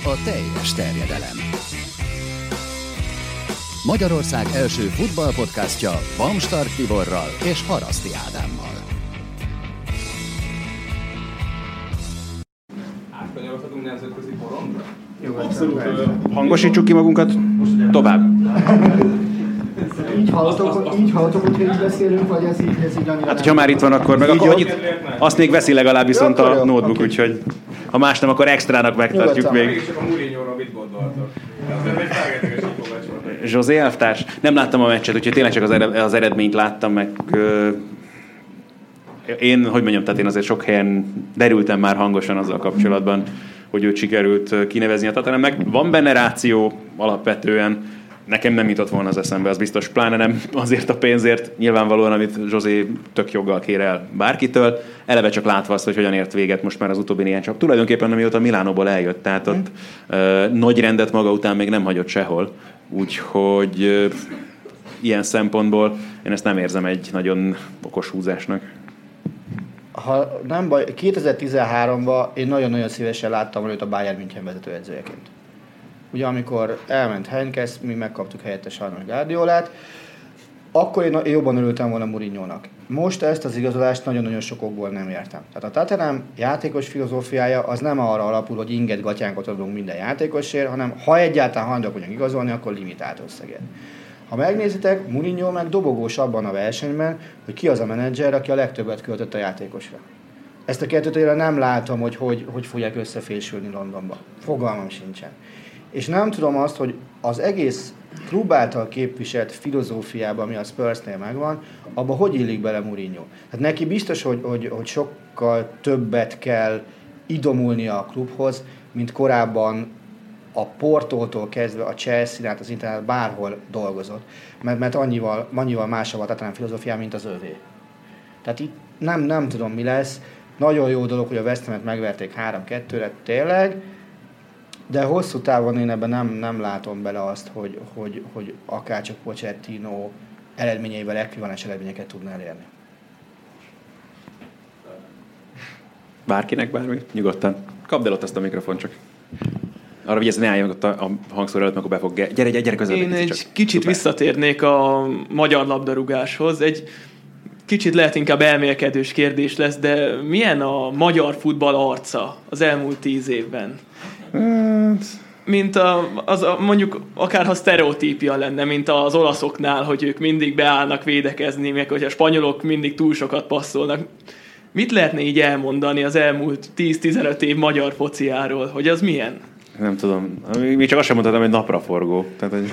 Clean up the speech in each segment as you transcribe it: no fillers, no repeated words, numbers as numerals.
a teljes terjedelem. Magyarország első futballpodcastja Bamstart Tiborral és Haraszti Ádámmal. Átkanyarodhatunk nemzetközi porondra? Jó, abszolút. Hangosítsuk ki magunkat, tovább. Így hallottok, hogy így beszélünk, vagy ez így annyira... Hát, ha már itt van, akkor meg akkor annyit, azt még veszi legalább viszont a notebook, okay. Úgyhogy ha más nem, akkor extrának megtartjuk még. Mégis csak a Mourinho-ról mit gondoltok? José elvtárs? Nem láttam a meccset, úgyhogy tényleg csak az eredményt láttam, meg tehát én azért sok helyen derültem már hangosan azzal kapcsolatban, hogy őt sikerült kinevezni a Tottenhamnek. Van benne ráció alapvetően, nekem nem jutott volna az eszembe, az biztos, pláne nem azért a pénzért, nyilvánvalóan, amit José tök joggal kér el bárkitől, eleve csak látva azt, hogy hogyan ért véget most már az utóbbi néhány csap. Tulajdonképpen amióta Milánóból eljött, tehát ott nagy rendet maga után még nem hagyott sehol, úgyhogy ilyen szempontból én ezt nem érzem egy nagyon okos húzásnak. Ha nem baj, 2013-ban én nagyon-nagyon szívesen láttam őt a Bayern München vezetőedzőjeként. Ugye amikor elment Heynckes, mi megkaptuk helyette sajnos Guardiolát, akkor én jobban örültem volna Mourinho-nak. Most ezt az igazolást nagyon-nagyon sok okból nem értem. Tehát a Tottenham játékos filozófiája az nem arra alapul, hogy inget gatyánkat adunk minden játékosért, hanem ha egyáltalán hajlandók vagyunk igazolni, akkor limitált összeget. Ha megnézitek, Mourinho meg dobogós abban a versenyben, hogy ki az a menedzser, aki a legtöbbet költött a játékosra. Ezt a kettőt nem látom, hogy fogják összefésülni Londonban. Fogalmam sincsen. És nem tudom azt, hogy az egész klub által képviselt filozófiában, ami a Spursnél megvan, abba hogy illik bele Mourinho. Hát neki biztos, hogy sokkal többet kell idomulnia a klubhoz, mint korábban a Portótól kezdve a Chelsea-n át az Interneten bárhol dolgozott. Mert annyival másabb a Tottenham filozófiá, mint az övé. Tehát itt nem tudom, mi lesz. Nagyon jó dolog, hogy a West Hamet megverték 3-2-re, tényleg, de hosszú távon én ebben nem látom bele azt, hogy akárcsak Pochettino eredményeivel ekvivalens eredményeket tudna elérni. Bárkinek bármi? Nyugodtan. Kapd el ott azt a mikrofon csak. Arra vigyázz, ne álljon ott a hangszóró előtt, akkor be fog... Gyere közelebb. Én egy kicsit visszatérnék a magyar labdarúgáshoz. Egy kicsit lehet inkább elmélkedős kérdés lesz, de milyen a magyar futball arca az elmúlt 10 évben? Mint mondjuk akárha sztereotípia lenne, mint az olaszoknál, hogy ők mindig beállnak védekezni, meg hogy a spanyolok mindig túl sokat passzolnak. Mit lehetne így elmondani az elmúlt 10-15 év magyar fociáról, hogy az milyen? Nem tudom. Még csak azt sem mondhatom, hogy napraforgó. Tehát, hogy...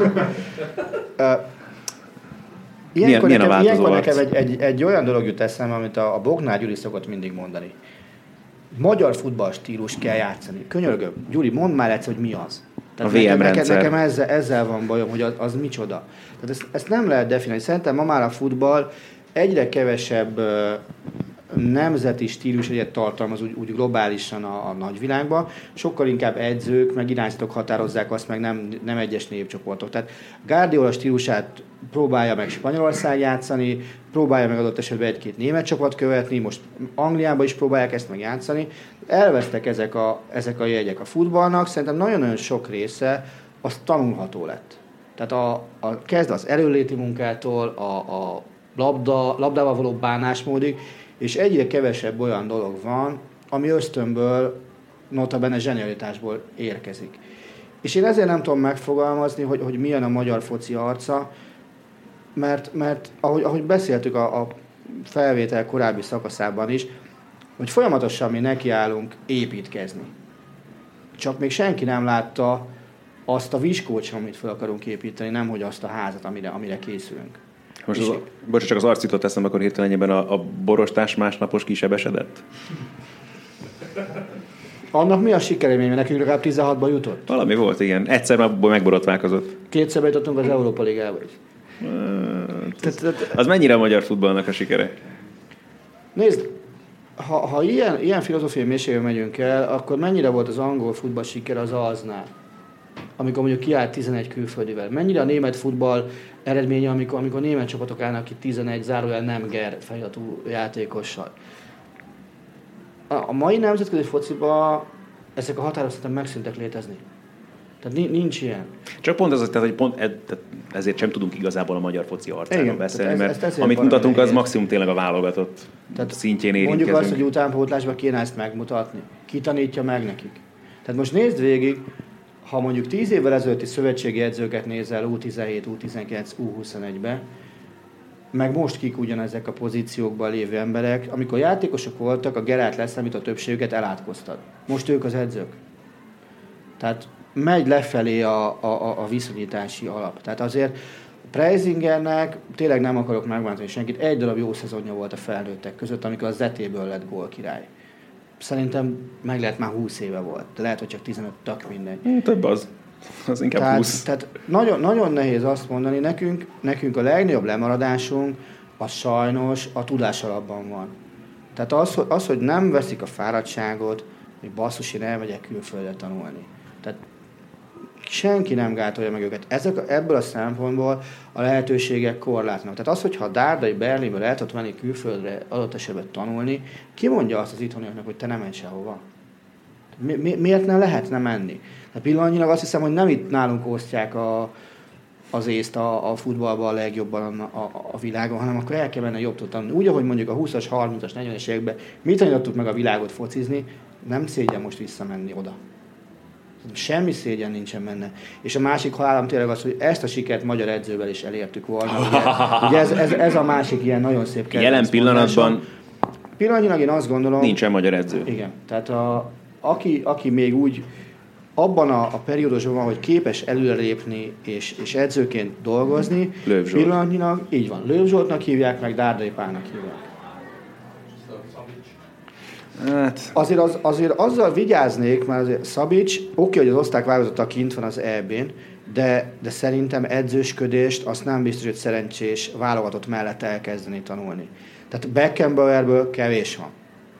Ilyenkor nekem egy olyan dolog jut eszembe, amit a Bognár Gyuri szokott mindig mondani. Magyar futballstílus kell játszani. Könyörgöm, Gyuri, mondd már egyszer, hogy mi az. Tehát a VM rendszer. Nekem ezzel van bajom, hogy az micsoda. Tehát ezt nem lehet definiálni. Szerintem ma már a futball egyre kevesebb nemzeti stílus egyet tartalmaz úgy globálisan a nagyvilágban. Sokkal inkább edzők, meg irányzatok határozzák azt, meg nem egyes népcsoportok. Tehát Guardiola stílusát próbálja meg Spanyolország játszani, próbálja meg adott esetben egy-két német csapat követni, most Angliában is próbálják ezt megjátszani. Elvesztek ezek a jegyek a futballnak, szerintem nagyon-nagyon sok része az tanulható lett. Tehát kezd az előléti munkától, a labdával való bánásmódig, és egyre kevesebb olyan dolog van, ami ösztönből, notabene zsenialitásból érkezik. És én ezért nem tudom megfogalmazni, hogy milyen a magyar foci arca, mert ahogy beszéltük a felvétel korábbi szakaszában is, hogy folyamatosan mi nekiállunk építkezni. Csak még senki nem látta azt a viskót, amit fel akarunk építeni, nemhogy azt a házat, amire készülünk. Most csak az arc jutott eszembe, akkor hirtelenjében a borostás másnapos kisebesedett? Annak mi a sikerélmény, mert nekünk legalább 16-ban jutott? Valami volt, igen. Egyszer már megborotválkozott. 2-szer bejutottunk az Európa Ligába is. Az mennyire a magyar futballnak a sikere? Nézd, ha ilyen filozófiai mélységben megyünk el, akkor mennyire volt az angol futball siker az aznál? Amikor mondjuk kiállt 11 külföldivel. Mennyire a német futball eredménye, amikor német csapatok állnak ki 11 zárójel nem ger feliratú játékossal. A mai nemzetközi fociban ezek a határok szerintem megszűntek létezni. Tehát nincs ilyen. Csak pont az, tehát, hogy tehát ezért sem tudunk igazából a magyar foci arcáról beszélni, mert amit van, mutatunk, az maximum tényleg a válogatott szintjén érintkezünk. Mondjuk azt, hogy utánpótlásban kéne ezt megmutatni. Ki tanítja meg nekik? Tehát most nézd végig, ha mondjuk 10 évvel ezelőtti szövetségi edzőket nézel U17, U19, U21-be, meg most kik ugyanezek a pozíciókban lévő emberek, amikor játékosok voltak, a Gerát leszámít a többségüket elátkoztad. Most ők az edzők. Tehát megy lefelé a viszonyítási alap. Tehát azért Preisingernek tényleg nem akarok megváltani senkit, egy darab jó szezonja volt a felnőttek között, amikor a Zetéből lett gólkirály. Szerintem meg lehet már 20 éve volt, de lehet, hogy csak 15, tök mindegy. Több az inkább 20. Tehát nagyon, nagyon nehéz azt mondani, nekünk a legnagyobb lemaradásunk az sajnos a tudás alapban van. Tehát az, hogy nem veszik a fáradtságot, hogy basszus, én elmegyek külföldre tanulni. Tehát senki nem gátolja meg őket. Ebből a szempontból a lehetőségek korlátlanak. Tehát az, hogyha a Dárdai Berlinből el tudod menni külföldre adott esetben tanulni, ki mondja azt az itthoniaknak, hogy te nem menj sehova? Miért nem lehetne menni? Tehát pillanatnyilag azt hiszem, hogy nem itt nálunk osztják az észt a futballban a legjobban a világon, hanem akkor el kell menni jobb tanulni. Úgy, ahogy mondjuk a 20-as, 30-as, 40-es években mi tanítottuk meg a világot focizni, nem szégyen most visszamenni oda. Semmi szégyen nincsen benne. És a másik halálom tényleg az, hogy ezt a sikert magyar edzővel is elértük volna. Ugye ez a másik ilyen nagyon szép kedvenc. Jelen pillanatban pillanatnyilag én azt gondolom... Nincsen magyar edző. Igen. Tehát aki még úgy abban a periódusban van, hogy képes előrelépni és edzőként dolgozni, pillanatnyilag így van. Löw Zsoltnak hívják, meg Dárdai Pálnak hívják. Hát. Azért azzal vigyáznék, mert azért Szabics, oké, hogy az osztályválogatotttal kint van az EB-n, de szerintem edzősködést azt nem biztos, hogy szerencsés válogatott mellett elkezdeni tanulni. Tehát Beckenbauerből kevés van.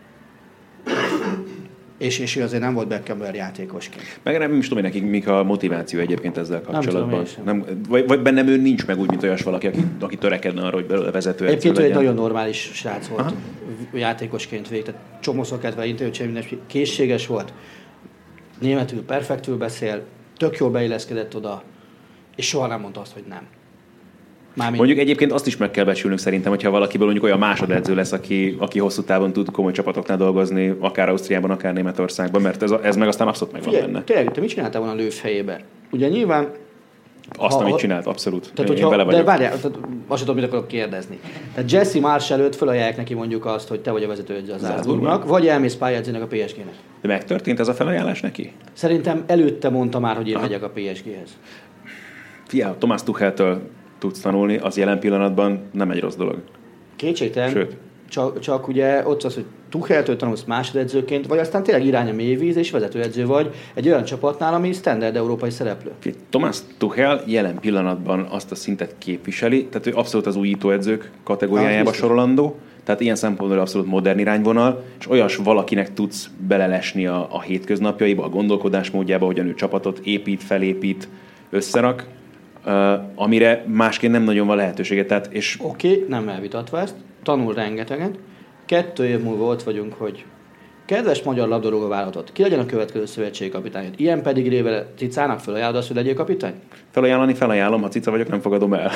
És ő azért nem volt Beckenbauer játékosként. Meg nem is tudom, nekik mik a motiváció egyébként ezzel kapcsolatban. Nem, vagy bennem ő nincs meg úgy, mint olyas valaki, aki törekedne arra, hogy belőle vezető edző egyébként legyen. Egy nagyon normális srác volt. Aha. Játékosként végig. Tehát csomószor kedve interjút, készséges volt. Németül perfektül beszél, tök jól beilleszkedett oda, és soha nem mondta azt, hogy nem. Mondjuk egyébként azt is meg kell becsülnünk szerintem, hogyha valakiből mondjuk olyan másodedző lesz, aki hosszú távon tud komoly csapatoknál dolgozni, akár Ausztriában, akár Németországban, mert ez meg aztán abszolút megvan benne. Tényleg, te mit csináltál volna a Löw fejébe? Ugye nyilván... Amit csinált, abszolút. Tehát, én bele vagyok. De várjál, azt sem tudom, mit akarok kérdezni. Tehát Jesse Marsh előtt felajánlják neki mondjuk azt, hogy te vagy a vezetőedző az Salzburgnak, vagy elmész pályázónak a PSG-nek. De megtörtént ez a felajánlás neki? Szerintem előtte mondta már, hogy én megyek a PSG-hez. Figyelj, Thomas Tucheltől tudsz tanulni, az jelen pillanatban nem egy rossz dolog. Kétségtelen. Sőt. Csak ugye ott az, hogy Tucheltől tanulsz másodedzőként, vagy aztán tényleg irány a mélyvíz, és vezetőedző vagy egy olyan csapatnál, ami standard európai szereplő. Thomas Tuchel jelen pillanatban azt a szintet képviseli, tehát ő abszolút az újító edzők kategóriájába sorolandó, tehát ilyen szempontból abszolút modern irányvonal, és olyas valakinek tudsz belelesni a hétköznapjaiba, a gondolkodásmódjába, hogyan ő csapatot épít, felépít, összerak, amire másként nem nagyon van lehetősége. Oké, nem elvitatva ezt, tanul rengeteget. 2 év múlva ott vagyunk, hogy kedves magyar labdarúgó válogatott, ki legyen a következő szövetségi kapitány? Ilyen pedigrével Cicának felajánlod azt, hogy legyél kapitány? Felajánlom, ha cica vagyok, nem fogadom el.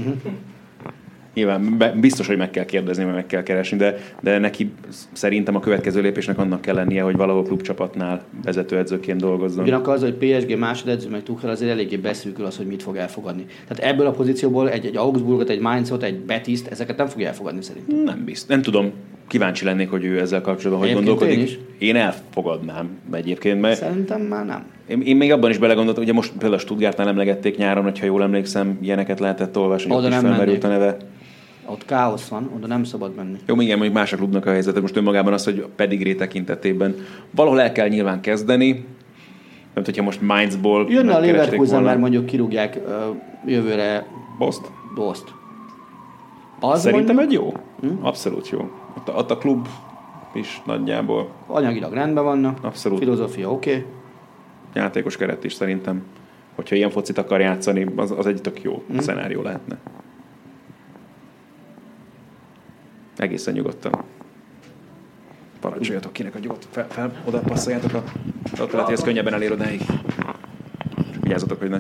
Nyilván biztos, hogy meg kell kérdezni, meg kell keresni, de neki szerintem a következő lépésnek annak kell lennie, hogy valahol klubcsapatnál vezetőedzőként dolgozzon. Ugyanakkor az, hogy PSG másodedző, meg Tuchel azért eléggé beszűkül az, hogy mit fog elfogadni. Tehát ebből a pozícióból egy Augsburgot, egy Mainzot, egy Betist, ezeket nem fogja elfogadni szerintem. Nem biztos. Nem tudom. Kíváncsi lennék, hogy ő ezzel kapcsolatban hogy gondolkodik. Én elfogadnám egyébként, mert szerintem már nem. Én még abban is belegondoltam, ugye most például a Stuttgartnál emlegették nyáron, ha jól emlékszem, ilyeneket lehetett olvasni, hogy ott is felmerült a neve. Ott káosz van, oda nem szabad menni. Jó, igen, mondjuk más a klubnak a helyzete. Most önmagában az, hogy a pedigré tekintetében valahol el kell nyilván kezdeni, mert hogyha most Mainzból jönne a Leverkusen, mert mondjuk kirúgják jövőre Bost. Szerintem egy jó. Abszolút jó. Ott a klub is nagyjából. Anyagilag rendben vannak. Abszolút. Filozófia oké. Játékos keret is szerintem. Hogyha ilyen focit akar játszani, az egy tök jó szenárió lehetne. Egészen nyugodtan. Parancsoljatok, kinek a gyót, oda passzoljátok, ott lehet, hogy ez könnyebben elér odáig. Vigyázzatok, hogy ne.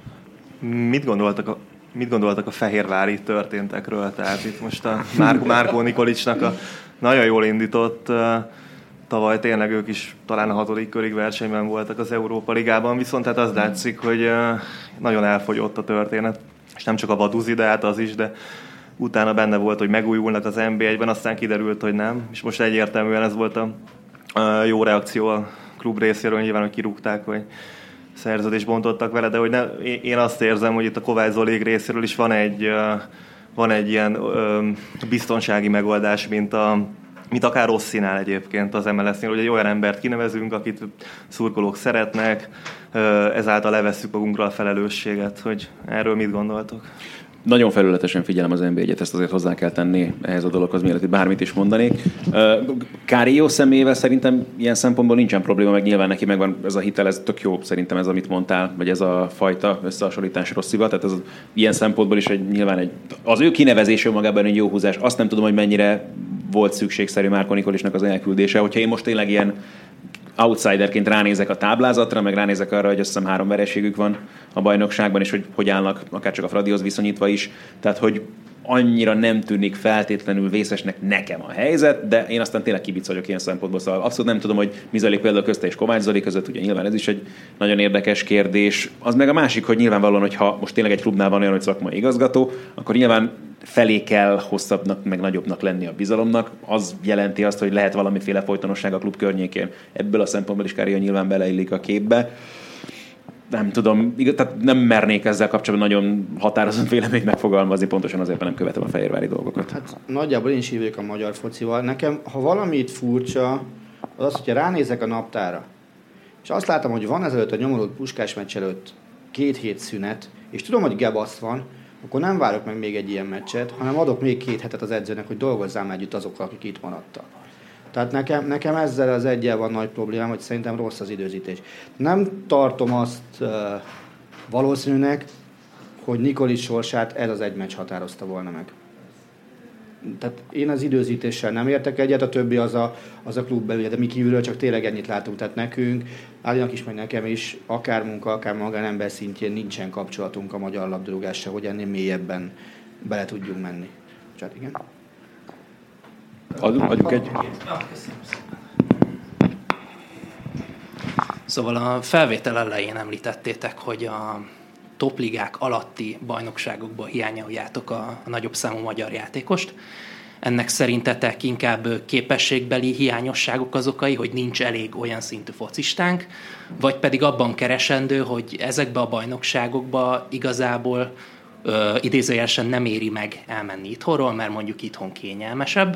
Mit gondoltak a fehérvári történtekről? Tehát itt most a Márkó Nikolicsnak a nagyon jól indított, tavaly tényleg ők is talán a 6. körig versenyben voltak az Európa Ligában, viszont hát az látszik, hogy nagyon elfogyott a történet, és nem csak a Vaduzi, de hát az is, de utána benne volt, hogy megújulnak az NB1-ben, aztán kiderült, hogy nem, és most egyértelműen ez volt a jó reakció a klub részéről, nyilván, hogy kirúgták, vagy szerződést bontottak vele, de hogy én azt érzem, hogy itt a Kovács Zolék részéről is van egy ilyen biztonsági megoldás, mint akár Rosszinál egyébként az MLS-nél, hogy egy olyan embert kinevezünk, akit szurkolók szeretnek, ezáltal levesszük magunkra a felelősséget, hogy erről mit gondoltok? Nagyon felületesen figyelem az NB1-et, ezt azért hozzá kell tenni ehhez a dologhoz, mielőtt bármit is mondanék. Carrillo személyével szerintem ilyen szempontból nincsen probléma, meg nyilván neki megvan ez a hitel, ez tök jó szerintem ez, amit mondtál, vagy ez a fajta összehasonlítás Rosszival, tehát ez ilyen szempontból is nyilván az ő kinevezése magában egy jó húzás. Azt nem tudom, hogy mennyire volt szükségszerű Márkó Nikolicsnak az elküldése, hogyha én most tényleg ilyen outsiderként ránézek a táblázatra, meg ránézek arra, hogy azt hiszem 3 vereségük van a bajnokságban, és hogy állnak, akár csak a Fradihoz viszonyítva is. Tehát, hogy annyira nem tűnik feltétlenül vészesnek nekem a helyzet, de én aztán tényleg kibic vagyok ilyen szempontból. Szóval abszolút nem tudom, hogy mi zajlik például közte és Kovács Zoli között, ugye nyilván ez is egy nagyon érdekes kérdés. Az meg a másik, hogy nyilvánvalóan, hogyha most tényleg egy klubnál van olyan, hogy szakmai igazgató, akkor nyilván felé kell hosszabbnak, meg nagyobbnak lenni a bizalomnak. Az jelenti azt, hogy lehet valamiféle folytonosság a klub környékén. Ebből a szempontból is Carrillo nyilván beleillik a képbe. Nem tudom, tehát nem mernék ezzel kapcsolatban nagyon határozott véleményt megfogalmazni, pontosan azért, mert nem követem a fehérvári dolgokat. Hát nagyjából én is hívjuk a magyar focival. Nekem, ha valamit furcsa, az az, hogyha ránézek a naptára, és azt látom, hogy van ezelőtt a nyomorult Puskás meccs előtt 2 hét szünet, és tudom, hogy gebasz van, akkor nem várok meg még egy ilyen meccset, hanem adok még 2 hetet az edzőnek, hogy dolgozzám együtt azokkal, akik itt maradtak. Tehát nekem ezzel az egyel van nagy problémám, hogy szerintem rossz az időzítés. Nem tartom azt valószínűnek, hogy Nikolics sorsát ez az egy meccs határozta volna meg. Tehát én az időzítéssel nem értek egyet, a többi az a klub belül, de mi kívülről csak tényleg ennyit látunk. Tehát nekünk, Álinak is, meg nekem is, akár munka, akár magánember szintjén nincsen kapcsolatunk a magyar labdarúgással, hogy ennél mélyebben bele tudjunk menni. Csak igen. Adjuk egy... Szóval a felvétel elején említettétek, hogy a topligák alatti bajnokságokból hiányoljátok a nagyobb számú magyar játékost. Ennek szerintetek inkább képességbeli hiányosságok az okai, hogy nincs elég olyan szintű focistánk, vagy pedig abban keresendő, hogy ezekbe a bajnokságokba igazából idézőjelesen nem éri meg elmenni itthonról, mert mondjuk itthon kényelmesebb.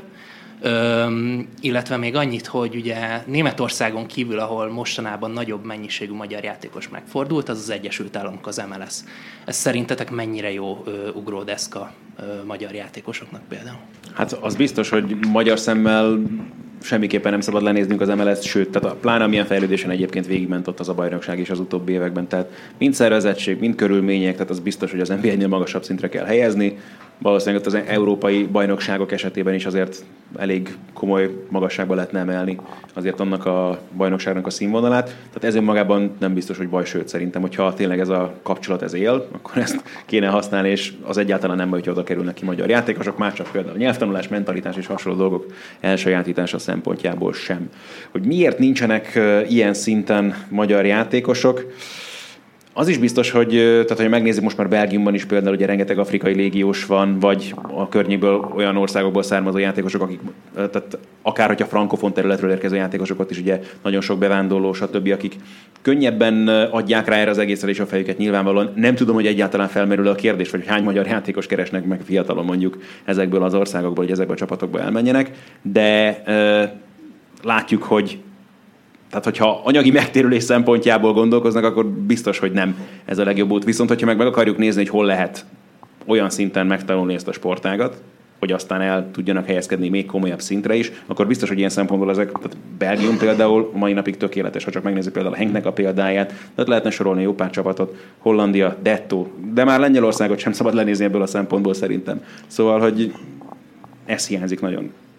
Illetve még annyit, hogy ugye Németországon kívül, ahol mostanában nagyobb mennyiségű magyar játékos megfordult, az Egyesült Államok, az MLS. Ez szerintetek mennyire jó ugródeszka magyar játékosoknak például? Hát az biztos, hogy magyar szemmel semmiképpen nem szabad lenéznünk az MLS-t, sőt, tehát pláne amilyen fejlődésen egyébként végigment ott az a bajnokság is az utóbbi években. Tehát mind szervezettség, mind körülmények, tehát az biztos, hogy az NBA-nél magasabb szintre kell helyezni. Valószínűleg az európai bajnokságok esetében is azért elég komoly magasságba lehetne emelni azért annak a bajnokságnak a színvonalát. Tehát ez önmagában nem biztos, hogy baj, sőt szerintem, hogyha tényleg ez a kapcsolat ez él, akkor ezt kéne használni, és az egyáltalán nem baj, hogy oda kerülnek ki magyar játékosok, már csak például nyelvtanulás, mentalitás és hasonló dolgok elsajátítása szempontjából sem. Hogy miért nincsenek ilyen szinten magyar játékosok? Az is biztos, hogy tehát, hogy megnézzük most már Belgiumban is például, ugye rengeteg afrikai légiós van, vagy a környékből olyan országokból származó játékosok, akik, tehát akár hogyha frankofon területről érkező játékosokat is ugye nagyon sok bevándorló, stb., akik könnyebben adják rá erre az egészre is a fejüket nyilvánvalóan. Nem tudom, hogy egyáltalán felmerül a kérdés, vagy hány magyar játékos keresnek meg fiatalon mondjuk ezekből az országokból, hogy ezekből a csapatokból elmenjenek, de látjuk, hogy tehát, hogyha anyagi megtérülés szempontjából gondolkoznak, akkor biztos, hogy nem ez a legjobb út. Viszont, hogyha meg akarjuk nézni, hogy hol lehet olyan szinten megtanulni ezt a sportágat, hogy aztán el tudjanak helyezkedni még komolyabb szintre is, akkor biztos, hogy ilyen szempontból ezek, tehát Belgium például a mai napig tökéletes, ha csak megnézzük például a Henknek a példáját, tehát lehetne sorolni jó pár csapatot, Hollandia, Detto, de már Lengyelországot sem szabad lenézni ebből a szempontból szerintem. Szóval, hogy ez hiányzik nagyon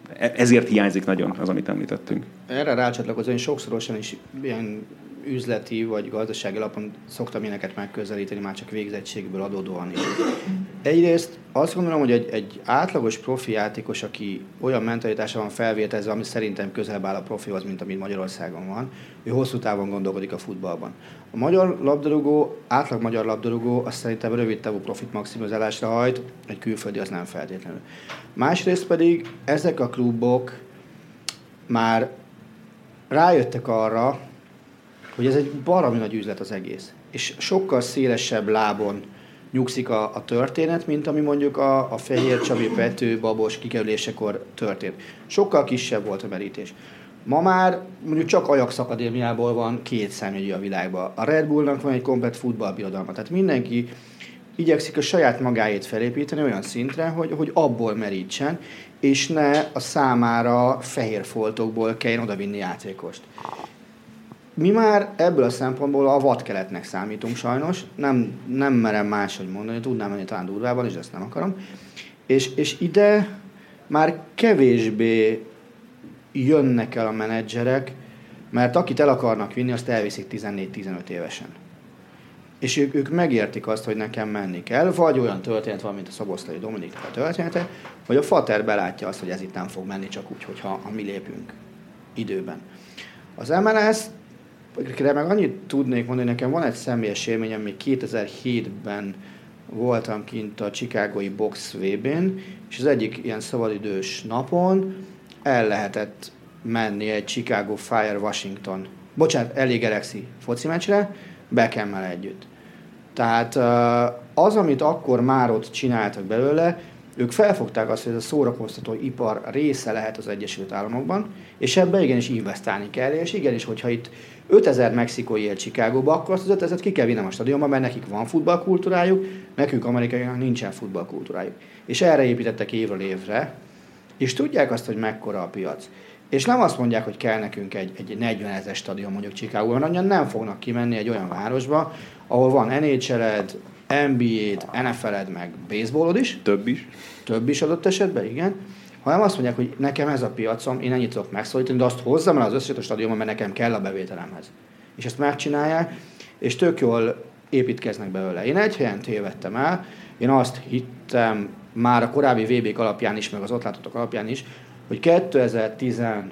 ezért hiányzik nagyon az, amit említettünk. Erre rácsatlakozom, én sokszorosan is ilyen üzleti vagy gazdasági alapon szoktam ilyeneket megközelíteni, már csak végzettségből adódóan is. Egyrészt azt gondolom, hogy egy átlagos profi játékos, aki olyan mentalitása van felvételezve, ami szerintem közelebb áll a profihoz, mint amit Magyarországon van, ő hosszú távon gondolkodik a futballban. A magyar labdarúgó, átlag magyar labdarúgó, azt szerintem rövid távú profit maximalizálásra hajt, egy külföldi az nem feltétlenül. Másrészt pedig ezek a klubok már rájöttek arra, hogy ez egy baromi nagy üzlet az egész. És sokkal szélesebb lábon nyugszik a történet, mint ami mondjuk a Fehér Csabi, Pető, Babos kikerülésekor történt. Sokkal kisebb volt a merítés. Ma már mondjuk csak Ajax Akadémiából van 2 számjegyű a világban. A Red Bullnak van egy komplett futballbirodalma. Tehát mindenki igyekszik a saját magáét felépíteni olyan szintre, hogy abból merítsen, és ne a számára fehér foltokból kelljen odavinni játékost. Mi már ebből a szempontból a vadkeletnek számítunk sajnos, nem merem máshogy mondani, tudnám menni talán durvában, és ezt nem akarom. És ide már kevésbé jönnek el a menedzserek, mert akit el akarnak vinni, azt elviszik 14-15 évesen. És ők megértik azt, hogy nekem menni kell, vagy olyan történet van, mint a Szoboszlai Dominiknak a története, vagy a fater belátja azt, hogy ez itt nem fog menni csak úgy, hogyha mi lépünk időben. Az MLS, meg annyit tudnék mondani, nekem van egy személyes élményem, még 2007-ben voltam kint a chicagói box VB-n, és az egyik ilyen szabadidős napon el lehetett menni egy Chicago Fire Washington, LA Galaxy foci meccsre, Beckham-mel együtt. Tehát az, amit akkor már ott csináltak belőle, ők felfogták azt, hogy ez a szórakoztató ipar része lehet az Egyesült Államokban, és ebbe igenis investálni kell, és igenis, hogyha itt 5000 mexikói él Chicagóba, akkor azt az 5000-et ki kell vinnem a stadionba, mert nekik van futballkultúrájuk, nekünk amerikaiaknak nincsen futballkultúrájuk. És erre építettek évről évre, és tudják azt, hogy mekkora a piac. És nem azt mondják, hogy kell nekünk egy 40 000 stadion mondjuk Chicagóban, mert annyian nem fognak kimenni egy olyan városba, ahol van NHL-ed, NBA-d, NFL-ed, meg baseballod is. Több is adott esetben, igen. Hanem azt mondják, hogy nekem ez a piacom, én ennyit tudok megszólítani, de azt hozzam el az összeset a stadionban, mert nekem kell a bevételemhez. És ezt megcsinálják, és tök jól építkeznek belőle. Én egy helyen tévedtem el, én azt hittem már a korábbi VB-k alapján is, meg az ott látottak alapján is, hogy 2010-ben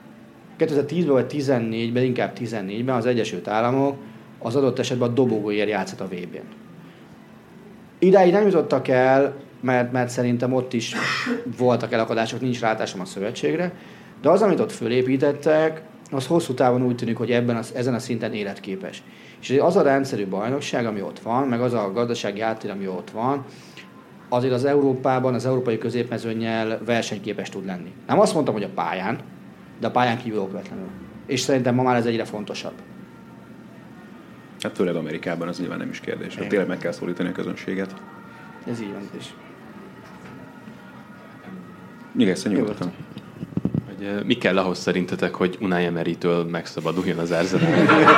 vagy 14-ben, inkább 14-ben az Egyesült Államok az adott esetben a dobogóért játszott a VB-n. Idáig nem jutottak el, mert szerintem ott is voltak elakadások, nincs rálátásom a szövetségre, de az, amit ott fölépítettek, az hosszú távon úgy tűnik, hogy ezen a szinten életképes. És az a rendszerű bajnokság, ami ott van, meg az a gazdasági háttér, ami ott van, azért az Európában, az európai középmezőnnyel versenyképes tud lenni. Nem azt mondtam, hogy a pályán, de a pályán kívül okvetlenül. És szerintem ma már ez egyre fontosabb. Hát főleg Amerikában az nyilván nem is kérdés. Hát tényleg meg kell szólítani a közönséget. Ez így van is. Nyugodtan, nyugodtan. Mi kell ahhoz szerintetek, hogy Unai Emerytől megszabaduljon az Arsenal?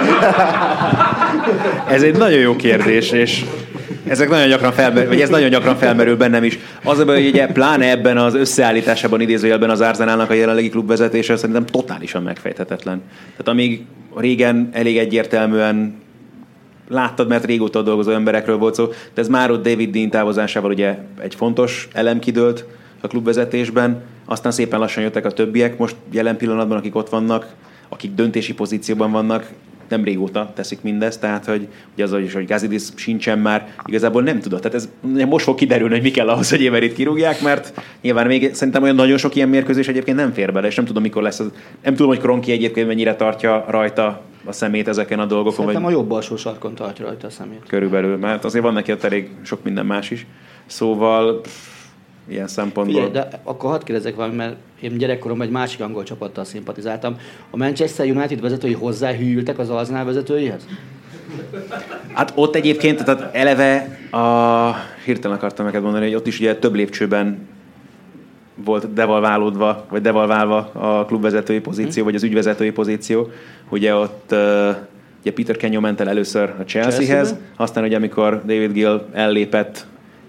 Ez egy nagyon jó kérdés, és ezek nagyon gyakran ez nagyon gyakran felmerül bennem is. Az a baj, hogy ugye pláne ebben az összeállításában, idézőjelben az Arsenalnak a jelenlegi klubvezetése szerintem totálisan megfejthetetlen. Tehát amíg régen elég egyértelműen láttad, mert régóta dolgozó emberekről volt szó, de ez már ott David Dean távozásával ugye egy fontos elem kidőlt a klubvezetésben, aztán szépen lassan jöttek a többiek, most jelen pillanatban, akik ott vannak, akik döntési pozícióban vannak, nem régóta teszik mindezt, tehát hogy ugye az, hogy Gazidis sincsen már, igazából nem tudod. Tehát ez most fog kiderülni, hogy mi kell ahhoz, hogy Emeryt kirúgják, mert nyilván még szerintem olyan nagyon sok ilyen mérkőzés egyébként nem fér bele, és nem tudom, mikor lesz az. Nem tudom, hogy Kroenke egyébként mennyire tartja rajta a szemét ezeken a dolgokon. Szerintem a jobb alsó sarkon tartja rajta a szemét. Körülbelül, mert azért van neki ott elég sok minden más is. Szóval ilyen szempontból. Figyelj, de akkor hadd kérdezzek valami, mert én gyerekkoromban egy másik angol csapattal szimpatizáltam. A Manchester United vezetői hozzáhűltek az Arsenal vezetőihez? Hát ott egyébként, tehát eleve hirtelen akartam neked mondani, hogy ott is ugye több lépcsőben volt devalválva a klubvezetői pozíció, vagy az ügyvezetői pozíció. Ugye ott ugye Peter Kenyon ment el először a Chelseahez, aztán ugye amikor David Gill ellépett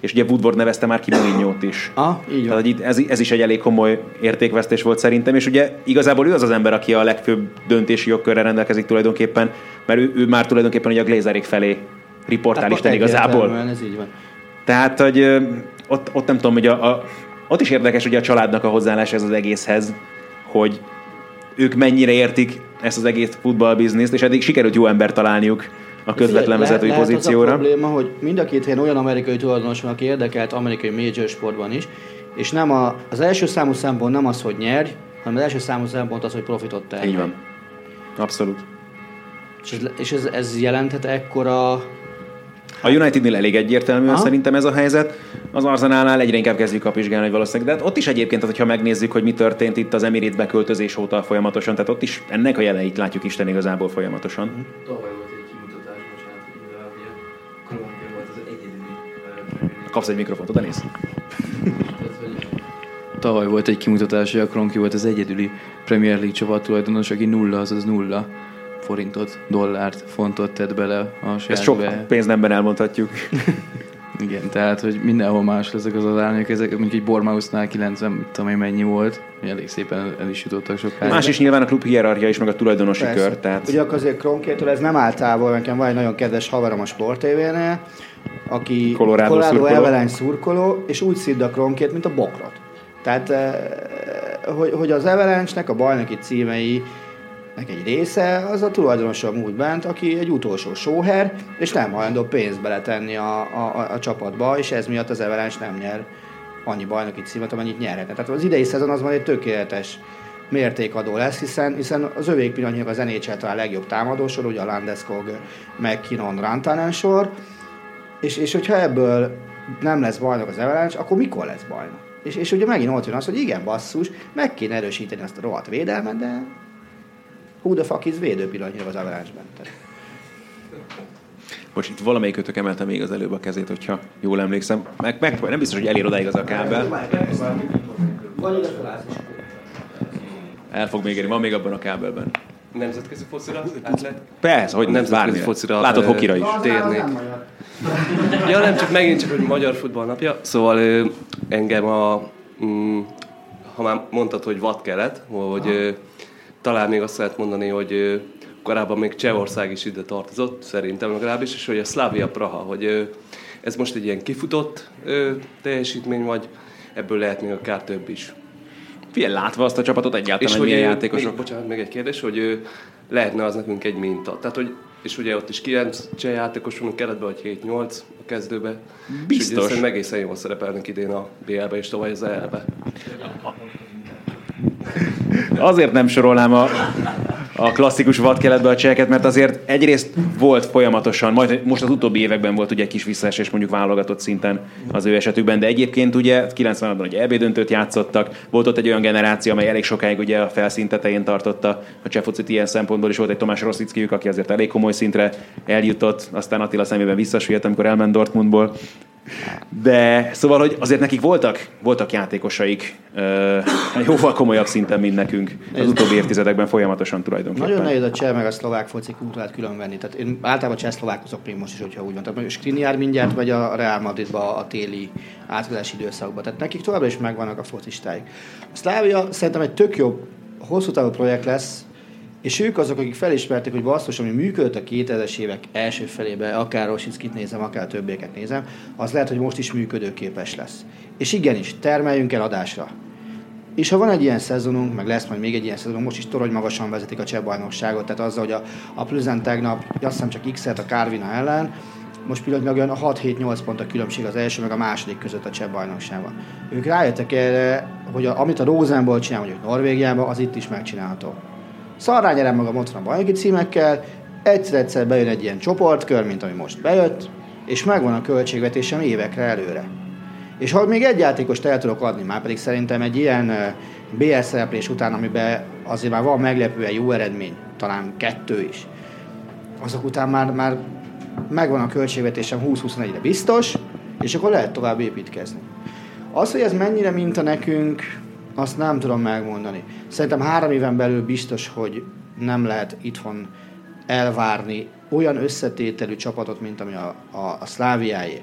és ugye Woodward nevezte már ki Mourinho-t is. Így van. Tehát ez is egy elég komoly értékvesztés volt szerintem, és ugye igazából ő az az ember, aki a legfőbb döntési jogkörrel rendelkezik tulajdonképpen, mert ő már tulajdonképpen ugye a Glazerék felé riportál Isten igazából. Ez így van. Tehát, hogy ott nem tudom, hogy ott is érdekes ugye a családnak a hozzáállása ez az egészhez, hogy ők mennyire értik ezt az egész futballbizniszt, és eddig sikerült jó embert találniuk a közvetlen vezetői pozícióra. Az a probléma, hogy mind a két helyen olyan amerikai tulajdonos van, aki érdekelt amerikai major sportban is, és nem az első számú szempont nem az, hogy nyerj, hanem az első számú szempont az, hogy profitot termelj. Így van. Abszolút. És ez jelenthet ekkora... A Unitednél elég egyértelműen szerintem ez a helyzet. Az Arsenalnál egyre inkább kezdjük kapizsgálni, hogy valószínűleg. De hát ott is egyébként, hogyha megnézzük, hogy mi történt itt az Emirates beköltözés óta folyamatosan, tehát ott is ennek a jeleit látjuk Isten igazából folyamatosan. Tavaly volt egy kimutatás, bocsánat, hogy a Kroenke volt az egyedüli... Kapsz egy mikrofont, oda nézz. Tavaly volt egy kimutatás, hogy a Kroenke volt az egyedüli Premier League csapat tulajdonos, aki azaz nulla forintot, dollárt, fontot tett bele a saját... Ezt sok pénznemben elmondhatjuk. Igen, tehát, hogy mindenhol más ezek az arányok, ezek mondjuk egy Bournemouth-nál 90, tudom mennyi volt, elég szépen el is jutottak sokáig. Más is nyilván a klub hierarchia is, meg a tulajdonosi kör. Tehát... Ugye azért Kroenkétől ez nem áll távol, nekem van egy nagyon kedves haverom a Sport TV-nél, aki Colorado Avalanche szurkoló, és úgy szidda Kroenkét, mint a bokrot. Tehát, hogy az Avalanche-nek a bajnoki címei egy része, az a tulajdonosom úgy bent, aki egy utolsó sóher, és nem hajlandó pénzt beletenni a csapatba, és ez miatt az Avalanche nem nyer annyi bajnoki címet, amennyit nyerhetne. Tehát az idei szezon az majd egy tökéletes mértékadó lesz, hiszen az övék pillanatnyilag az NHL talán legjobb támadósor, ugye a Landeskog, McKinnon, Rantanen sor, és hogyha ebből nem lesz bajnok az Avalanche, akkor mikor lesz bajnok? És ugye megint ott jön az, hogy igen, basszus, meg kéne erősíteni azt a rohadt védelmet, de who the fuck is védő pillanatnyilag az Avalanche-ben. Most itt valamelyikötök emelte még az előbb a kezét, hogyha jól emlékszem. Nem biztos, hogy elér odáig az a kábel. El fog még érni, van még abban a kábelben. Nemzetközi focira átlet? Persze, hogy nemzetközi focira. Látod hokira is. Térnék. Ja, nem csak megint csak, hogy Magyar Futballnapja. Szóval engem ha már mondtad, hogy vad kelet, hogy talán még azt lehet mondani, hogy korábban még Csehország is ide tartozott, szerintem legalábbis, és hogy a Slavia Praha, hogy ez most egy ilyen kifutott teljesítmény, vagy ebből lehet még akár több is. Figyelj, látva azt a csapatot egyáltalán, hogy milyen játékosok. Bocsánat, még egy kérdés, hogy lehetne az nekünk egy minta. Tehát, hogy, és ugye ott is 9 cseh játékos van a keretben, vagy 7-8 a kezdőbe. Biztos. És ugye egészen jól szerepelnek idén a BL-be és tavaly az EL-be. Azért nem sorolnám a klasszikus vadkeletbe a cseheket, mert azért egyrészt volt folyamatosan, majd most az utóbbi években volt ugye egy kis visszaesés mondjuk válogatott szinten az ő esetükben, de egyébként ugye 90-ben egy EB döntőt játszottak, volt ott egy olyan generáció, amely elég sokáig ugye a felszín tetején tartotta a cseh focit ilyen szempontból, és volt egy Tomás Rosickijük, aki azért elég komoly szintre eljutott, aztán Attila szemében visszasüllyedt, amikor elment Dortmundból. De szóval, hogy azért nekik voltak játékosaik jóval komolyabb szinten, mint nekünk az utóbbi évtizedekben folyamatosan tulajdonképpen. Nagyon nehéz a cseh meg a szlovák foci kultúrát különvenni. Tehát én általában cseh-szlovákozok még most is, hogyha úgy van. Tehát Skriniar mindjárt megy a Real Madridba a téli átkozási időszakban. Tehát nekik továbbra is megvannak a focistáik. A Slavia szerintem egy tök jobb, hosszú távú projekt lesz, és ők azok, akik felismerték, hogy basszus, ami működött a 2000-es évek első felébe, akár Rosickit nézem, akár többieket nézem, az lehet, hogy most is működőképes lesz. És igenis, termeljünk el adásra. És ha van egy ilyen szezonunk, meg lesz majd még egy ilyen szezonunk, most is torony magasan vezetik a cseh bajnokságot, tehát azzal, hogy a Plzen tegnap, azt hiszem csak X-et a Kárvina ellen, most pillanatnyilag olyan 6-7-8 pont a különbség az első meg a második között a cseh bajnokságban. Ők rájöttek erre, hogy amit a Rosenborg csinál mondjuk Norvégiában, az itt is megcsinálható. Szarrá nyerem magam otthon a bajnoki címekkel, egyszer bejön egy ilyen csoportkör, mint ami most bejött, és megvan a költségvetésem évekre előre. És ha még egy játékost el tudok adni, már pedig szerintem egy ilyen BL szereplés után, amiben azért már van meglepően jó eredmény, talán 2 is, azok után már megvan a költségvetésem 20-21-re biztos, és akkor lehet tovább építkezni. Az, hogy ez mennyire minta nekünk, azt nem tudom megmondani. Szerintem 3 éven belül biztos, hogy nem lehet itthon elvárni olyan összetételű csapatot, mint ami a Szláviáé.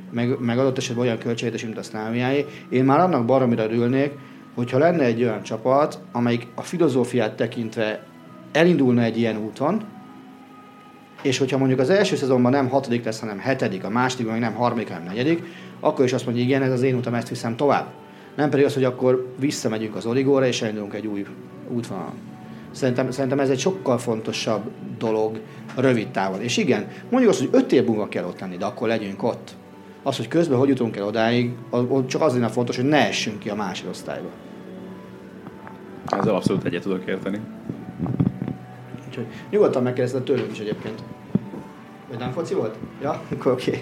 meg adott esetben olyan költségvetés, mint a Szláviáé. Én már annak baromira örülnék, hogyha lenne egy olyan csapat, amelyik a filozófiát tekintve elindulna egy ilyen úton, és hogyha mondjuk az első szezonban nem 6. lesz, hanem 7., a másodikban meg nem 3., hanem 4., akkor is azt mondja, igen, ez az én utam, ezt viszem tovább. Nem pedig az, hogy akkor visszamegyünk az origóra, és elindulunk egy új útvonalon. Szerintem ez egy sokkal fontosabb dolog rövid távon. És igen, mondjuk azt, hogy 5 év múlva kell ott lenni, de akkor legyünk ott. Az, hogy közben hogy jutunk el odáig, csak az lenne fontos, hogy ne essünk ki a másodosztályba. Ezzel abszolút egyet tudok érteni. Úgyhogy nyugodtan megkérdezted tőlünk is egyébként. Vagy nem foci volt? Ja? Akkor oké.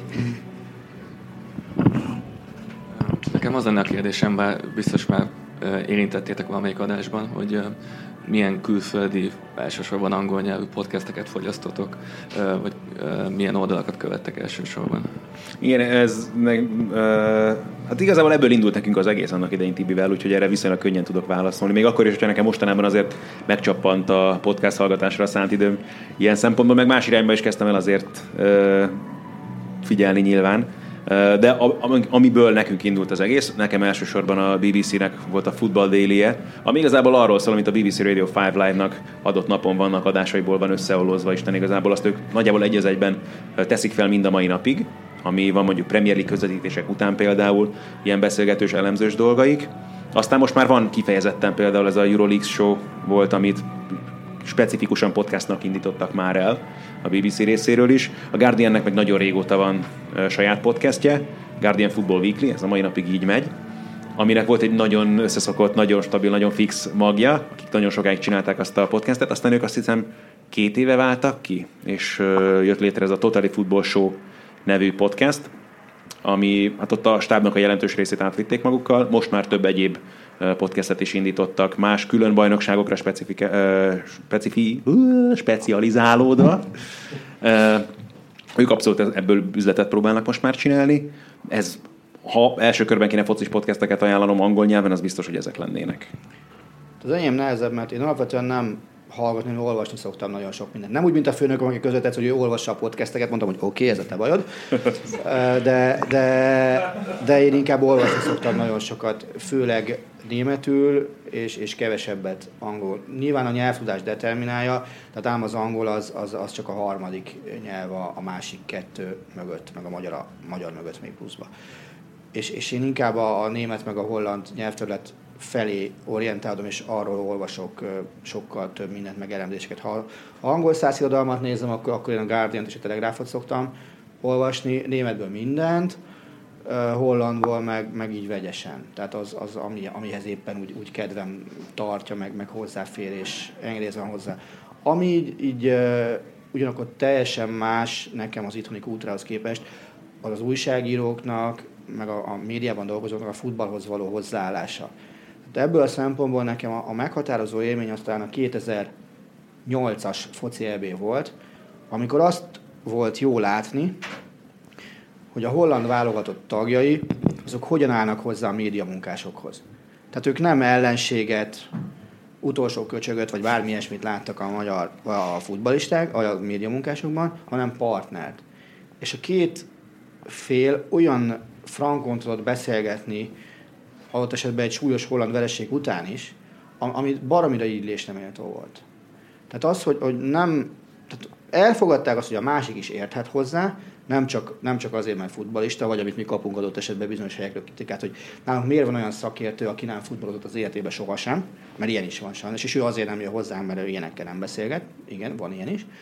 Nekem az lenne a kérdésem, bár biztos már érintettétek valamelyik adásban, hogy milyen külföldi, elsősorban angol nyelvű podcasteket fogyasztotok, vagy milyen oldalakat követtek elsősorban? Igen, hát igazából ebből indult nekünk az egész annak idején Tibivel, úgyhogy erre viszonylag könnyen tudok válaszolni. Még akkor is, hogyha nekem mostanában azért megcsappant a podcast hallgatásra szánt időm ilyen szempontból, meg más irányba is kezdtem el azért figyelni nyilván. De amiből nekünk indult az egész, nekem elsősorban a BBC-nek volt a Football Daily-je, ami igazából arról szól, amit a BBC Radio 5 Live-nak adott napon vannak adásaiból van összeollózva, Isten igazából azt ők nagyjából egy az egyben teszik fel mind a mai napig, ami van mondjuk Premier League közvetítések után például, ilyen beszélgetős, elemzős dolgaik. Aztán most már van kifejezetten például ez a EuroLeagues show volt, amit specifikusan podcastnak indítottak már el a BBC részéről is. A Guardiannek meg nagyon régóta van saját podcastje, Guardian Football Weekly, ez a mai napig így megy, aminek volt egy nagyon összeszokott, nagyon stabil, nagyon fix magja, akik nagyon sokáig csinálták azt a podcastet, aztán ők azt hiszem 2 éve váltak ki, és jött létre ez a Totally Football Show nevű podcast, ami hát ott a stábnak a jelentős részét átvitték magukkal, most már több egyéb podcastet is indítottak, más külön bajnokságokra specializálódva. Ők abszolút ebből üzletet próbálnak most már csinálni. Ez, ha első körben kéne focis podcasteket ajánlanom angol nyelven, az biztos, hogy ezek lennének. Az enyém nehezebb, mert én alapvetően nem hallgatni, hanem olvasni szoktam nagyon sok mindent. Nem úgy, mint a főnököm, aki közvetett, hogy ő olvassa a podcasteket, mondtam, hogy oké, ez a te bajod. De én inkább olvasni szoktam nagyon sokat, főleg németül, és kevesebbet angol. Nyilván a nyelvtudás determinálja, tehát ám az angol az csak a harmadik nyelv a másik 2 mögött, meg a magyar mögött még pluszba. És én inkább a német meg a holland nyelvterület felé orientálom, és arról olvasok sokkal több mindent, meg elemzéseket. Ha angol százirodalmat nézem, akkor én a Guardiant és a Telegráfot szoktam olvasni, németből mindent, hollandból meg így vegyesen. Tehát az amihez éppen úgy kedvem tartja, meg hozzáfér, és engedélyez van hozzá. Ami így ugyanakkor teljesen más nekem az itthoni kultúrához képest, az újságíróknak, meg a médiában dolgozóknak a futballhoz való hozzáállása. Tehát ebből a szempontból nekem a meghatározó élmény aztán a 2008-as foci EB volt, amikor azt volt jó látni, hogy a holland válogatott tagjai, azok hogyan állnak hozzá a médiamunkásokhoz. Tehát ők nem ellenséget, utolsó köcsögöt, vagy bármi ilyesmit láttak a futballisták, a médiamunkásokban, hanem partnert. És a 2 fél olyan frankon tudott beszélgetni, adott esetben egy súlyos holland vereség után is, ami baromira ízlésre méltó volt. Tehát az, hogy nem... Tehát elfogadták azt, hogy a másik is érthet hozzá, nem csak azért, mert futballista, vagy amit mi kapunk adott esetben bizonyos helyekről kritikát, hogy nálunk miért van olyan szakértő, aki nem futballozott az életében sohasem, mert ilyen is van sajnos, és ő azért nem jön hozzánk, mert ő ilyenekkel nem beszélget. Igen, van ilyen is.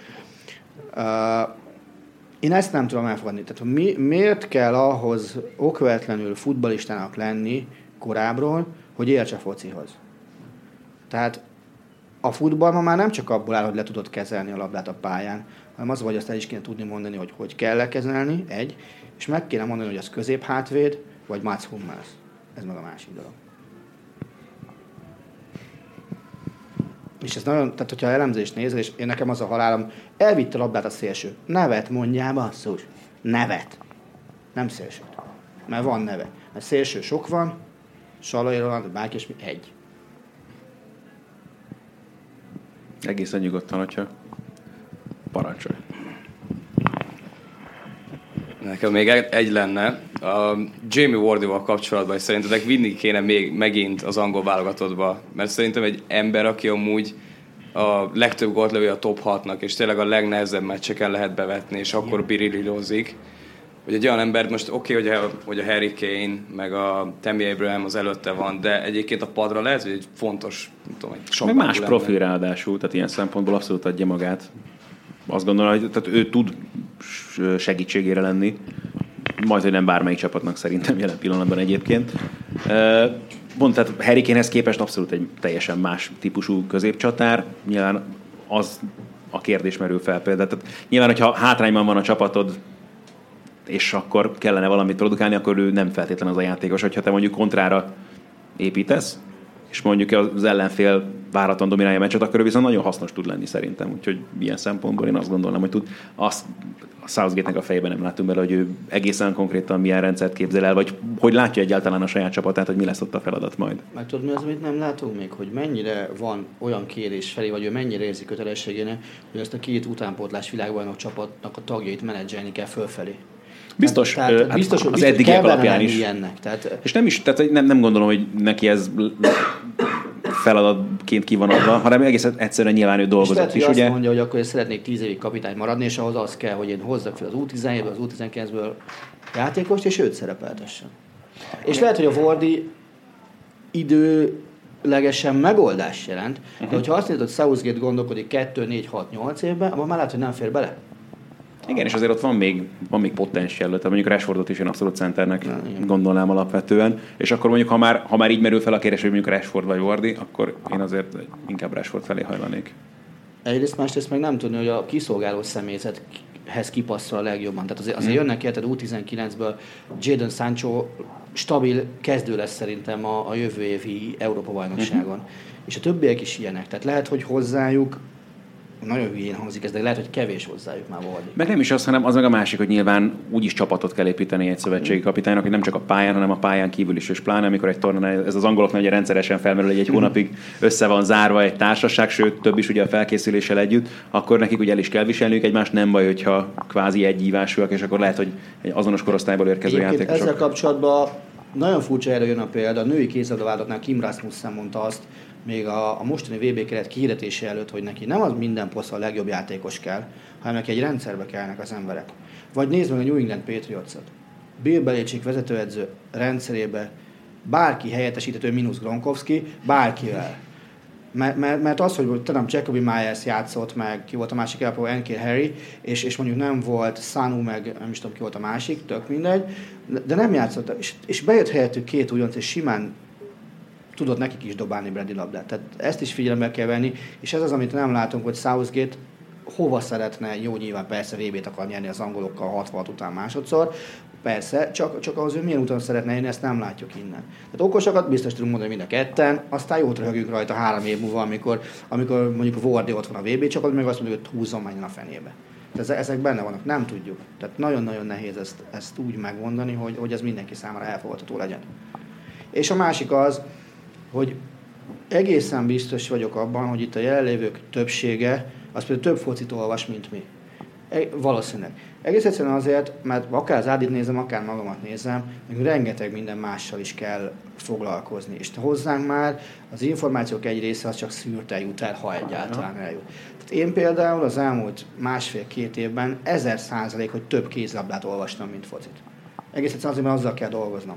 Én ezt nem tudom elfogadni. Tehát miért kell ahhoz okvetlenül futballistának lenni korábbról, hogy értse a focihoz? Tehát a futball ma már nem csak abból áll, hogy le tudod kezelni a labdát a pályán, hanem az, hogy azt el is kéne tudni mondani, hogy kell lekezelni, és meg kéne mondani, hogy az középhátvéd, vagy Mats Hummels. Ez meg a másik dolog. És ez nagyon, tehát hogyha elemzést nézel, és én nekem az a halálom, elvitte a labdát a szélső. Nevet mondjál, basszus. Nevet. Nem szélsőt. Mert van neve. Mert szélső sok van, Salai Roland, bárki és mi, 1. Egészen nyugodtan, hogyha parancsolj. Nekem még egy lenne. A Jamie Vardyval kapcsolatban szerintetek vinni kéne még megint az angol válogatottba, mert szerintem egy ember, aki amúgy a legtöbb gólt lövi a top 6-nak, és tényleg a legnehezebb meccseken lehet bevetni, és akkor birillírozik. Hogy egy olyan ember, most hogy a Harry Kane, meg a Tammy Abraham az előtte van, de egyébként a padra lehet, hogy egy fontos, nem tudom, egy sok meg más profil ráadásul, tehát ilyen szempontból abszolút adja magát. Azt gondolom, hogy tehát ő tud segítségére lenni, majd, hogy nem bármelyik csapatnak szerintem jelen pillanatban egyébként. Pont, tehát Harry Kanehez képest abszolút egy teljesen más típusú középcsatár. Nyilván az a kérdés merül fel például. Tehát nyilván, hogyha hátrányban van a csapatod, és akkor kellene valamit produkálni, akkor ő nem feltétlen az a játékos, hogyha te mondjuk kontrára építesz, és mondjuk az ellenfél váratlan dominálja a meccset, akkor ő viszont nagyon hasznos tud lenni szerintem. Úgyhogy ilyen szempontból én azt gondolom, hogy tud. Azt a Southgate-nek a fejében nem látunk bele, hogy ő egészen konkrétan milyen rendszert képzel el, vagy hogy látja egyáltalán a saját csapatát, hogy mi lesz ott a feladat majd. Meg tudod, mi az, amit nem látunk még, hogy mennyire van olyan kérés felé, vagy ő mennyire érzi kötelességének, hogy ezt a két utánpótlás világbajnok csapatnak a tagjait menedzselni kell fölfelé. Biztos, biztos, az eddigiek alapján is. Ilyennek, tehát... És nem is, tehát nem gondolom, hogy neki ez feladatként ki van adva, hanem egész egyszerűen nyilván ő dolgozott is, ugye? Azt mondja, hogy akkor én szeretnék 10 évig kapitány maradni, és ahhoz az kell, hogy én hozzak fel az U17-ből, az U19-ből játékost, és őt szerepeltessen. És lehet, hogy a Vardy időlegesen megoldás jelent, de hogyha azt mondod, hogy Southgate gondolkodik 2, 4, 6, 8 évben, abban már lehet, hogy nem fér bele. Igen, és azért ott van még potenciál, tehát mondjuk Rashfordot is én abszolút centernek gondolnám alapvetően, és akkor mondjuk, ha már így merül fel a kérdés, hogy mondjuk Rashford vagy Vardy, akkor én azért inkább Rashford felé hajlanék. Egyrészt, másrészt meg nem tudni, hogy a kiszolgáló személyzethez kipasszol a legjobban. Tehát azért jönnek ki, tehát U19-ből Jadon Sancho stabil kezdő lesz szerintem a jövő évi Európa-bajnokságon. És a többiek is ilyenek. Tehát lehet, hogy hozzájuk nagyon hülyén hangzik ez, de lehet, hogy kevés hozzájuk már Vardy. Meg nem is az, hanem az meg a másik, hogy nyilván úgyis csapatot kell építeni egy szövetségi kapitánynak, hogy nem csak a pályán, hanem a pályán kívül is, és pláne amikor egy tornán, ez az angoloknál ugye rendszeresen felmerül, hogy egy hónapig össze van zárva egy társaság, sőt több is ugye a felkészüléssel együtt, akkor nekik ugye el is kell viselniük egymást, nem baj, hogyha kvázi egyívásúak, és akkor lehet, hogy egy azonos korosztályból érkező játékosok. Ezzel kapcsolatban nagyon furcsa előjön a példa, a női kézilabdavállalatnál Kim Rasmussen mondta azt, még a mostani VB keret kihirdetése előtt, hogy neki nem az minden poszton a legjobb játékos kell, hanem neki egy rendszerbe kellnek az emberek. Vagy nézd meg a New England Patriots-ot. Bill Belichick vezetőedző rendszerébe bárki helyettesíthető mínusz Gronkowski, bárkivel. Mert az, hogy tudom, Jacoby Myers játszott, meg ki volt a másik elpó, N'Keal Harry, és mondjuk nem volt Sanu, meg nem is tudom ki volt a másik, tök mindegy, de nem játszott. És bejött helyettük két újonc, és simán tudott nekik is dobálni Brady labdát. Tehát ezt is figyelembe kell venni, és ez az, amit nem látunk, hogy Southgate hova szeretne, jó nyilván persze VB-t akar nyerni az angolokkal 66 után másodszor, persze, csak ahhoz ő milyen úton szeretne jönni, ezt nem látjuk innen. Tehát okosakat biztos tudunk mondani mind a ketten, aztán jót röhögünk rajta 3 év múlva, amikor mondjuk Vardy ott van a VB csapat, meg azt mondjuk, hogy húzzon menjen a fenébe. Tehát ezek benne vannak, nem tudjuk. Tehát nagyon-nagyon nehéz ezt úgy megmondani, hogy ez mindenki számára elfogadható legyen. És a másik az, hogy egészen biztos vagyok abban, hogy itt a jelenlévők többsége, az például több focit olvas, mint mi. Valószínűleg. Egész egyszerűen azért, mert akár az Ádit nézem, akár magamat nézem, nekünk rengeteg minden mással is kell foglalkozni. És hozzánk már az információk egy része az csak szűrte jut el, ha egyáltalán eljut. Tehát én például az elmúlt 1,5-2 évben 1000%, hogy több kézlabdát olvastam, mint focit. Egész egyszerűen azért, mert azzal kell dolgoznom.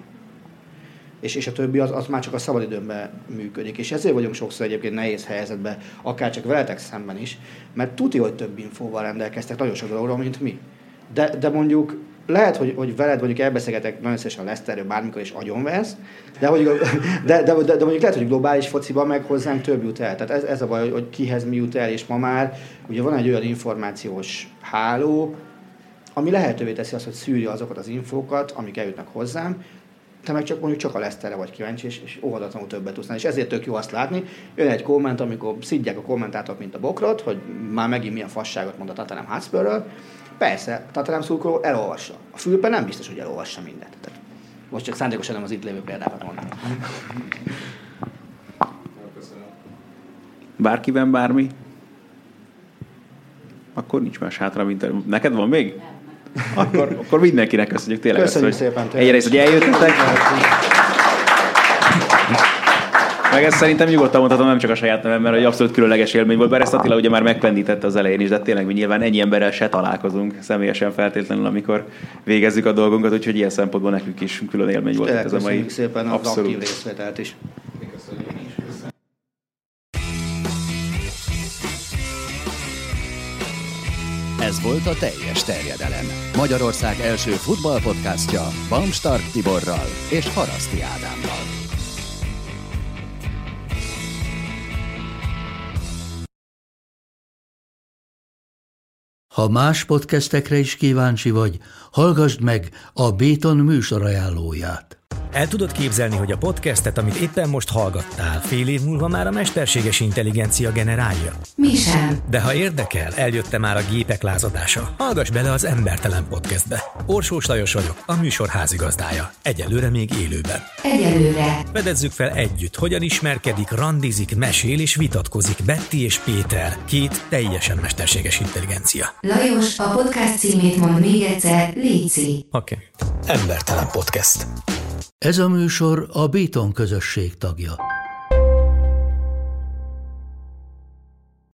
És a többi az már csak a szabadidőmben működik. És ezért vagyunk sokszor egyébként nehéz helyzetben, akár csak veletek szemben is, mert tudja, hogy több infóval rendelkeztek nagyon sok dologról, mint mi. De mondjuk lehet, hogy veled mondjuk elbeszélgetek nagyon szívesen a Leicesterről bármikor is agyonversz, de mondjuk lehet, hogy globális fociban meg hozzánk több jut el. Tehát ez a baj, hogy kihez mi jut el, és ma már ugye van egy olyan információs háló, ami lehetővé teszi azt, hogy szűrje azokat az infókat, amik eljutnak hozzám, te meg csak a Leicesterre vagy kíváncsi, és óhatatlanul többet tudsz. És ezért tök jó azt látni. Jön egy komment, amikor szidják a kommentátorok, mint a bokrot, hogy már megint milyen fasságot mond a Tottenham Hotspurről. Persze, Tottenham szurkoló elolvassa. A Fülpe nem biztos, hogy elolvassa mindent. Tehát most csak szándékosan nem az itt lévő példákat mondom. Bárkiben bármi? Akkor nincs más hátra, mint... Neked van még? Akkor mindenkinek köszönjük tényleg. Köszönjük szépen. Egyrészt, hogy eljöttetek. Meg ezt szerintem nyugodtan mondhatom, nem csak a saját nevem, mert egy abszolút különleges élmény volt, bár ezt Attila ugye már megpendítette az elején is, de tényleg mi nyilván ennyi emberrel se találkozunk személyesen feltétlenül, amikor végezzük a dolgunkat, úgyhogy ilyen szempontból nekünk is külön élmény volt ez a mai. Köszönjük szépen az aktív részvételt is. Ez volt a Teljes Terjedelem. Magyarország első futballpodcastja Bamstark Tiborral és Haraszti Ádámmal. Ha más podcastekre is kíváncsi vagy, hallgassd meg a Béton műsor ajánlóját. El tudod képzelni, hogy a podcastet, amit éppen most hallgattál, fél év múlva már a mesterséges intelligencia generálja? Mi sem. De ha érdekel, eljött már a gépek lázadása. Hallgass bele az Embertelen Podcastbe. Orsós Lajos vagyok, a műsor házigazdája. Egyelőre még élőben. Egyelőre. Fedezzük fel együtt, hogyan ismerkedik, randizik, mesél és vitatkozik Betty és Péter, két teljesen mesterséges intelligencia. Lajos, a podcast címét mond még egyszer, léci. Oké. Embertelen Podcast. Ez a műsor a Béton közösség tagja.